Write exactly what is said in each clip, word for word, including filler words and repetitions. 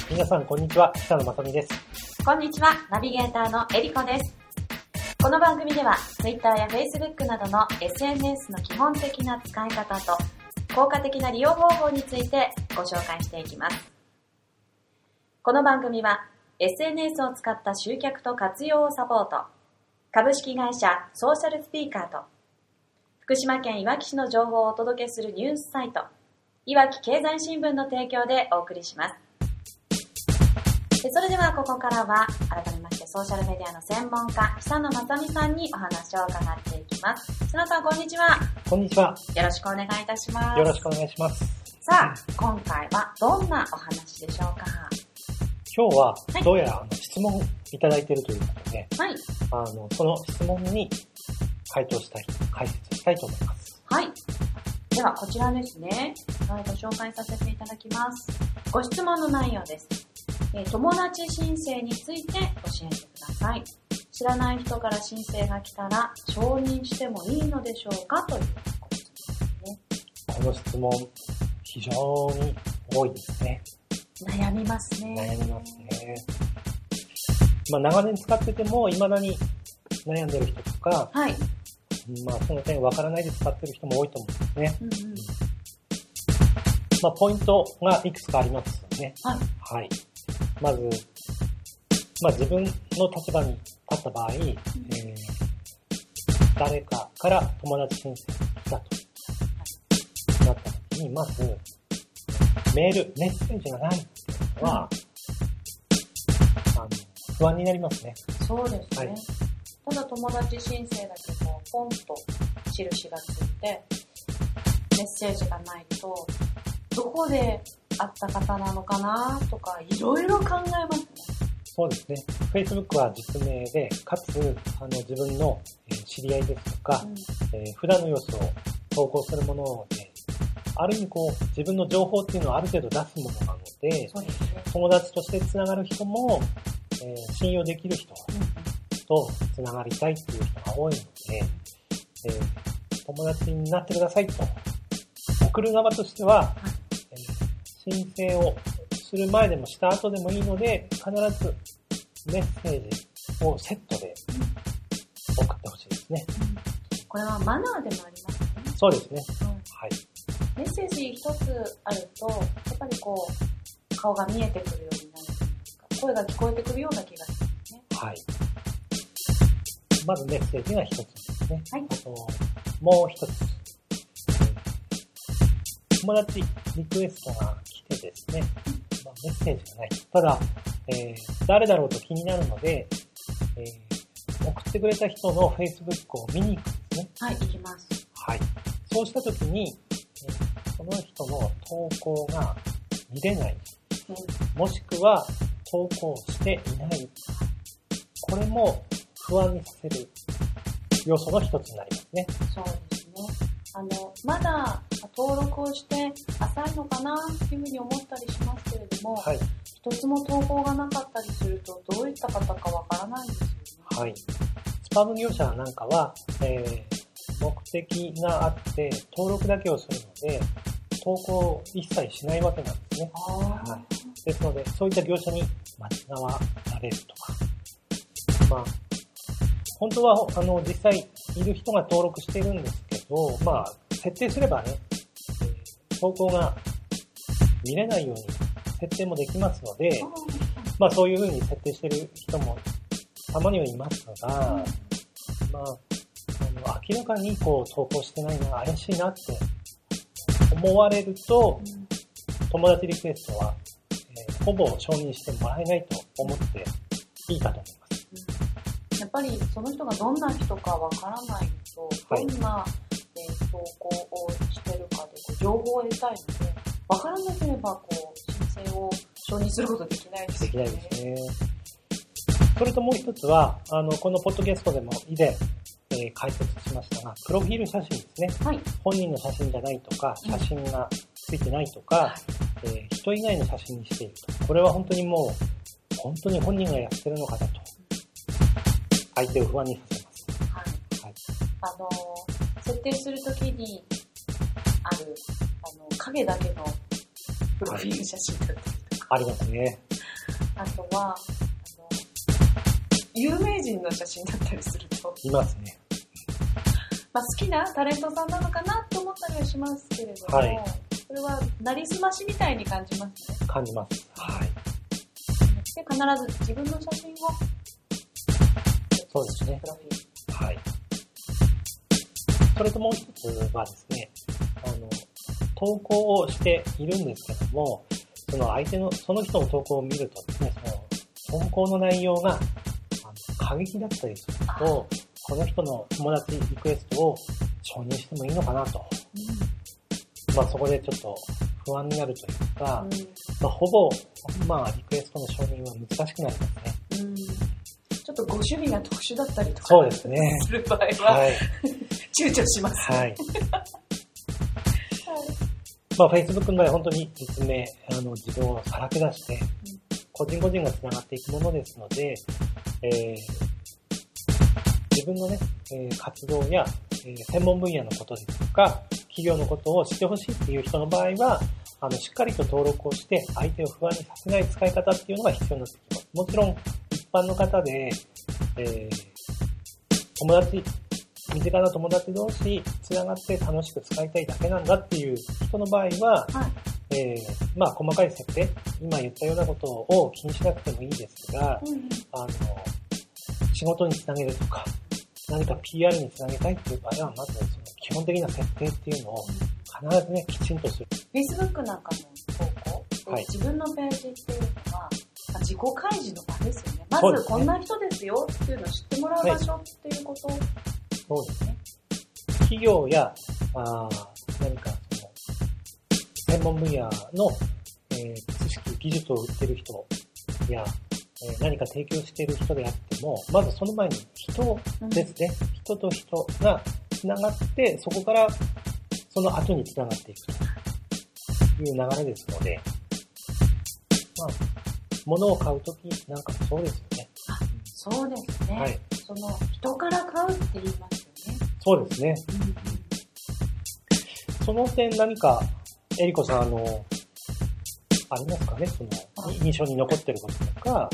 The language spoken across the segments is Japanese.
皆さんこんにちは、北野正美です。 こんにちは、ナビゲーターのえりこです。この番組では Twitter や Facebook などの エスエヌエス の基本的な使い方と効果的な利用方法についてご紹介していきます。この番組は エスエヌエス を使った集客と活用をサポート、株式会社ソーシャルスピーカーと福島県いわき市の情報をお届けするニュースサイトいわき経済新聞の提供でお送りします。それではここからは改めましてソーシャルメディアの専門家久野正美さんにお話を伺っていきます。久野さん、こんにちは。 こんにちは。 よろしくお願いいたします。 よろしくお願いします。 さあ、今回はどんなお話でしょうか。 今日はどうやらあの質問いただいているということで、 はい、 あのその質問に回答したい、解説したいと思います。 はい。ではこちらですね、ご紹介させていただきます。ご質問の内容です。友達申請について教えてください。知らない人から申請が来たら承認してもいいのでしょうか、というご質問ですね。 この質問非常に多いですね。 悩みますね。 悩みますね。まあ、長年使ってても未だに悩んでる人とか、 はい。 まあ、その点わからないで使ってる人も多いと思うんですね。 うんうん。 まあ、ポイントがいくつかありますよね。 はい。 はい。まず、まあ、自分の立場に立った場合、うんえー、誰かから友達申請が来たとなった時に、まず、メール、メッセージがないっていうのは、うん、あの不安になりますね。 そうですね。はい、ただ友達申請だけこう、ポンと印がついて、メッセージがないと、どこで会った方なのかなとか、いろいろ考えますね。 そうですね。Facebook は実名で、かつ、あの、自分の知り合いですとか、うんえー、普段の様子を投稿するもので、ある意味こう、自分の情報っていうのはある程度出すものなので、 そうですね、 友達としてつながる人も、えー、信用できる人とつながりたいっていう人が多いので、えー、友達になってくださいと、送る側としては、はい申請をする前でもした後でもいいので、必ずメッセージをセットで送ってほしいですね。 これはマナーでもありますね。 そうですね。 うん、 はい。 メッセージ一つあると、やっぱりこう、顔が見えてくるようになるというか、声が聞こえてくるような気がしますね。 はい。まずメッセージが一つですね。 はい。 あと、もう一つ。友達リクエストが来てですね、まあ、メッセージがない。ただ、えー、誰だろうと気になるので、えー、送ってくれた人の Facebook を見に行くんですね。 はい、行きます。 はい。そうしたときに、えー、その人の投稿が見れない。うん、もしくは投稿していない。これも不安にさせる要素の一つになりますね。 そうですね。あの、まだ登録をして浅いのかなっていうふうに思ったりしますけれども、はい、一つも投稿がなかったりするとどういった方かわからないんですよね。 はい。スパム業者なんかは、えー、目的があって登録だけをするので、投稿を一切しないわけなんですね。はい、ですので、そういった業者に間違われるとか、まあ、本当はあの実際いる人が登録しているんですけど、まあ設定すればね、えー、投稿が見れないように設定もできますので、まあそういう風に設定している人もたまにはいますが、まあ、あの明らかにこう投稿してないのが怪しいなって思われると、友達リクエストは、えー、ほぼ承認してもらえないと思っていいかと思います。 やっぱりその人がどんな人かわからないと、どんな、はいえー、投稿をしてるかでこう情報を得たいので、わからなければこう申請を承認することできないですよね。 できないですね。それともう一つは、あのこのポッドキャストでも以前、えー、解説しましたが、プロフィール写真ですね。はい、本人の写真じゃないとか、写真がついてないとか、うんえー、人以外の写真にしていると。これは本当にもう本当に本人がやってるのかだと。相手を不安にさせます。はい。はい、 あの設定するときにあるあの影だけのプロフィール写真だったりとか、 はい、ありますね。 あとは、あの、有名人の写真だったりすると。 いますね。 まあ、好きなタレントさんなのかなと思ったりはしますけれども、はい、それはなりすましみたいに感じますね。 感じます。はい。 で必ず自分の写真を。 そうですね。 プロフィール。 はい。それともう一つはですね、あの、投稿をしているんですけども、その相手の、その人の投稿を見るとですね、その投稿の内容が、あの、過激だったりすると、この人の友達リクエストを承認してもいいのかなと。うん、まあそこでちょっと不安になるというか、うん、まあ、ほぼ、まあリクエストの承認は難しくなりますね。うん、 ちょっとご趣味が特殊だったりとかそうですね。 する場合は、はい、躊躇します、ね。はい。 まあ Facebook の場合は本当に実名、あの自分をさらけ出して、うん、個人個人が繋がっていくものですので、えー自分のね、えー、活動や、えー、専門分野のことですとか、企業のことを知ってほしいっていう人の場合は、あの、しっかりと登録をして、相手を不安にさせない使い方っていうのが必要になってきます。もちろん、一般の方で、えー、友達、身近な友達同士、つながって楽しく使いたいだけなんだっていう人の場合は、はい、えー、まあ、細かい設定、今言ったようなことを気にしなくてもいいですが、うん、あの、仕事につなげるとか、何か ピーアール につなげたいっていう場合は、まずその基本的な設定っていうのを必ずね、きちんとする。 Facebook なんかの投稿で、はい、自分のページっていうのは、自己開示の場ですよね。まずこんな人ですよっていうのを知ってもらう場所っていうこと、はい、 そうですね。企業や、あ何かその、専門分野の、えー、知識、技術を売ってる人や、何か提供している人であっても、まずその前に人ですね。うん、人と人がつながって、そこからその後につながっていくという流れですので、まあ、物を買うときなんかもそうですよね。 あ、そうですね。はい。その人から買うって言いますよね。 そうですね。うん、その点何か、えりこさん、あの、ありますかね、その、印象に残ってることとか、はい。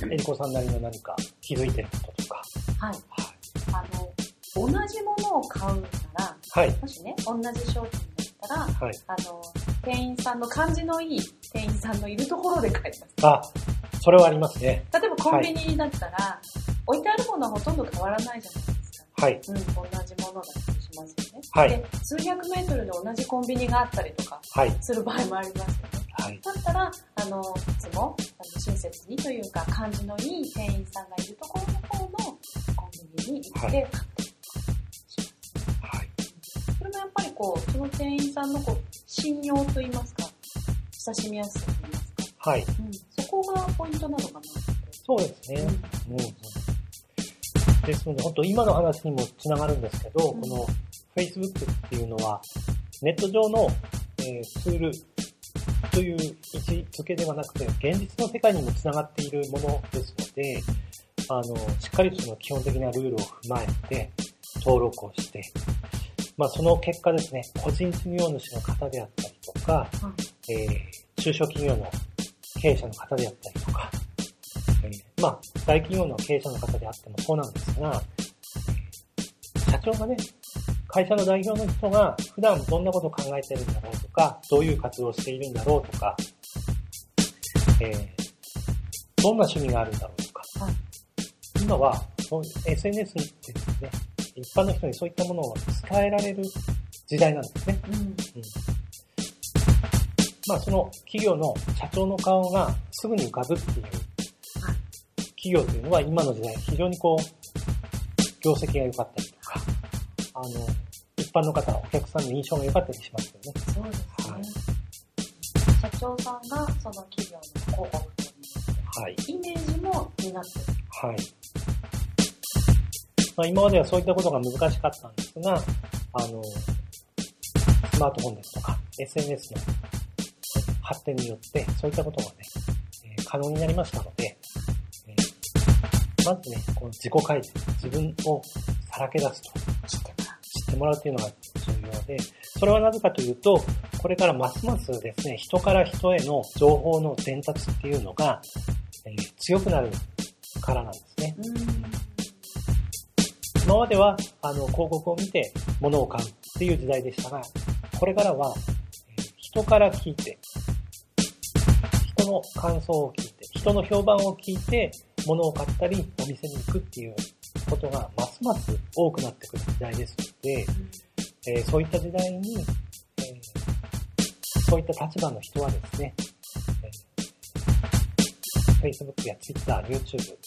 えりこさんなりの何か気づいてることとか。 はい。はい、あの、同じものを買うなら、はい。もしね、同じ商品だったら、はい。あの、店員さんの感じのいい店員さんのいるところで買います。 あ、それはありますね。 例えばコンビニだったら、はい、置いてあるものはほとんど変わらないじゃないですか。はい。うん、同じものだったりしますよね。はい。で、数百メートルで同じコンビニがあったりとか、はい。する場合もありますよね。はい、だったら、あの、いつも、あの親切にというか、感じのいい店員さんがいるところの方のコンビニに行って買っていくとかします。はい。それもやっぱりこう、その店員さんのこう、信用といいますか、親しみやすさといいますか。はい。うん。そこがポイントなのかなって。 そうですね。うん。うん、ですので、本当今の話にもつながるんですけど、うん、この Facebook っていうのは、ネット上の、えー、ツール、という位置づけではなくて、現実の世界にもつながっているものですので、あの、しっかりとその基本的なルールを踏まえて、登録をして、まあその結果ですね、個人事業主の方であったりとか、うん、えー、中小企業の経営者の方であったりとか、えー、まあ大企業の経営者の方であってもそうなんですが、社長がね、会社の代表の人が普段どんなことを考えてるんだろうとか、どういう活動をしているんだろうとか、えー、どんな趣味があるんだろうとか、はい、今はそう エスエヌエス でですね、一般の人にそういったものを伝えられる時代なんですね。うんうん、まあその企業の社長の顔がすぐに浮かぶっていう企業というのは今の時代非常にこう業績が良かったりとか、あの一般の方、お客さんの印象が良かったりしますよね。 そうですね。はい、社長さんがその企業の広告という、はい、イメージも担っている。はい。 まあ、今まではそういったことが難しかったんですが、あの、スマートフォンですとか エスエヌエス の発展によってそういったことがね、えー、可能になりましたので、えー、まずね、この自己開示、自分をさらけ出すと。知ってもらうというのが重要で、それはなぜかというと、 これからますますですね、人から人への情報の伝達っていうのが、えー、強くなるからなんですね。今まではあの広告を見て物を買うっていう時代でしたが、これからは、えー、人から聞いて、人の感想を聞いて、人の評判を聞いて物を買ったりお店に行くっていうことがますます多くなってくる時代ですので、えー、そういった時代に、えー、そういった立場の人はですね、えー、Facebook や Twitter、YouTube、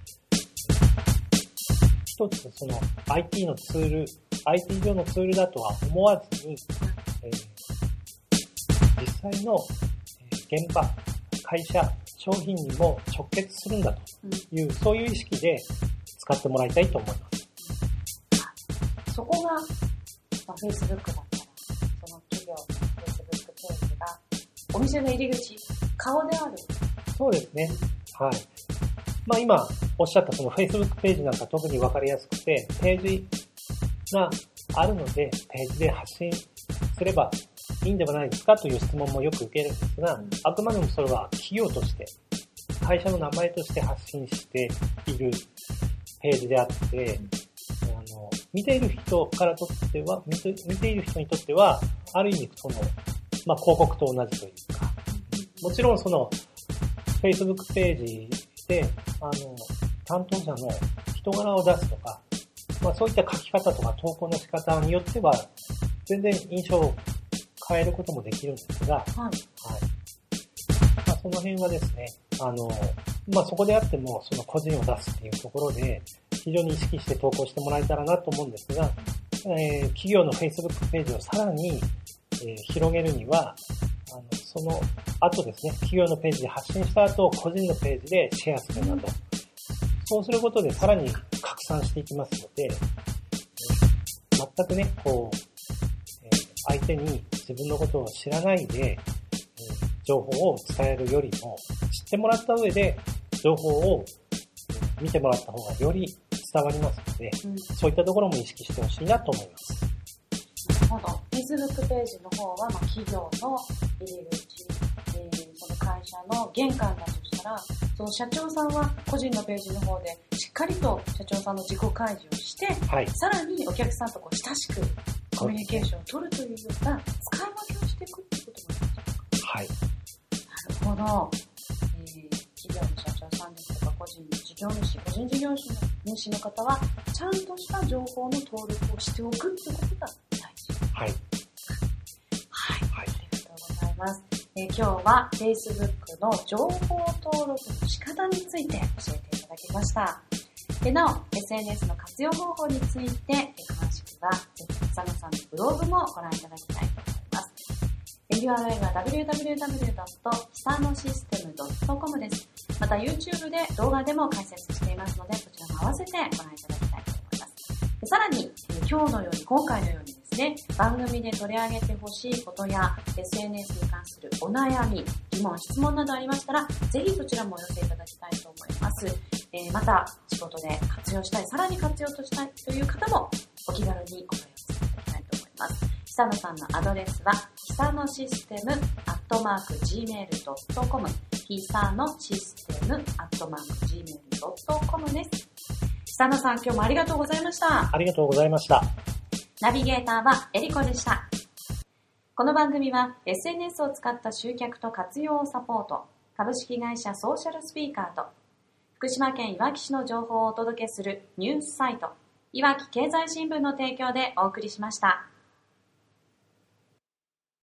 一つその アイティー のツール、アイティー 上のツールだとは思わずに、えー、実際の現場、会社、商品にも直結するんだという、うん、そういう意識で使ってもらいたいと思います。 そこが、まあ、Facebook だったら、その企業の Facebook ページが、お店の入り口、顔である。 そうですね。はい。まあ今、おっしゃったその Facebook ページなんか特にわかりやすくて、ページがあるので、ページで発信すればいいんではないですかという質問もよく受けるんですが、あくまでもそれは企業として、会社の名前として発信しているページであって、あの見ている人からとっては、見て、見ている人にとっては、ある意味その、まあ、広告と同じというか、もちろんその Facebook ページで、あの、担当者の人柄を出すとか、まあそういった書き方とか投稿の仕方によっては、全然印象を変えることもできるんですが、はい。はい。まあその辺はですね、あの、まあそこであっても、その個人を出すっていうところで、非常に意識して投稿してもらえたらなと思うんですが、えー、企業の Facebook ページをさらに、えー、広げるには、あの、その後ですね、企業のページで発信した後、個人のページでシェアするなど、そうすることでさらに拡散していきますので、えー、全くね、こう、えー、相手に自分のことを知らないで、えー、情報を伝えるよりも、知ってもらった上で情報を見てもらった方がより伝わりますので、うん、そういったところも意識してほしいなと思います。 なるほど。Facebook ページの方は、まあ、企業の入り口、えー、その会社の玄関だとしたら、その社長さんは個人のページの方でしっかりと社長さんの自己開示をして、はい、さらにお客さんとこう親しくコミュニケーションを取るというような使い分けをしていくっていうことなんですか？はい。なるほど。えー、企業の社長さんですとか個人事業主、個人事業主の方はちゃんとした情報の登録をしておくっていうことが大事。はい。はい。はい。ありがとうございます。えー、今日は Facebook の情報登録の仕方について教えていただきました。でなお、エスエヌエス の活用方法について詳しくは、ぜひ草野さんのブログもご覧いただきたいと思います。ユーアールエル は ダブリューダブリューダブリュードットひさのシステムドットコム です。また YouTube で動画でも解説していますので、そちらも合わせてご覧いただきたいと思います。でさらに、今日のように、今回のようにですね、番組で取り上げてほしいことや エスエヌエス に関するお悩み、疑問、質問などありましたら、ぜひそちらもお寄せいただきたいと思います。えー、また仕事で活用したい、さらに活用としたいという方もお気軽にお問い合わせいただきたいと思います。久野さんのアドレスは、久野システムアットマーク ジーメールドットコム、久野システムアットマーク ジーメールドットコムです。久野さん、今日もありがとうございました。 ありがとうございました。 ナビゲーターはエリコでした。この番組は エスエヌエス を使った集客と活用をサポート、株式会社ソーシャルスピーカーと、福島県いわき市の情報をお届けするニュースサイト、いわき経済新聞の提供でお送りしました。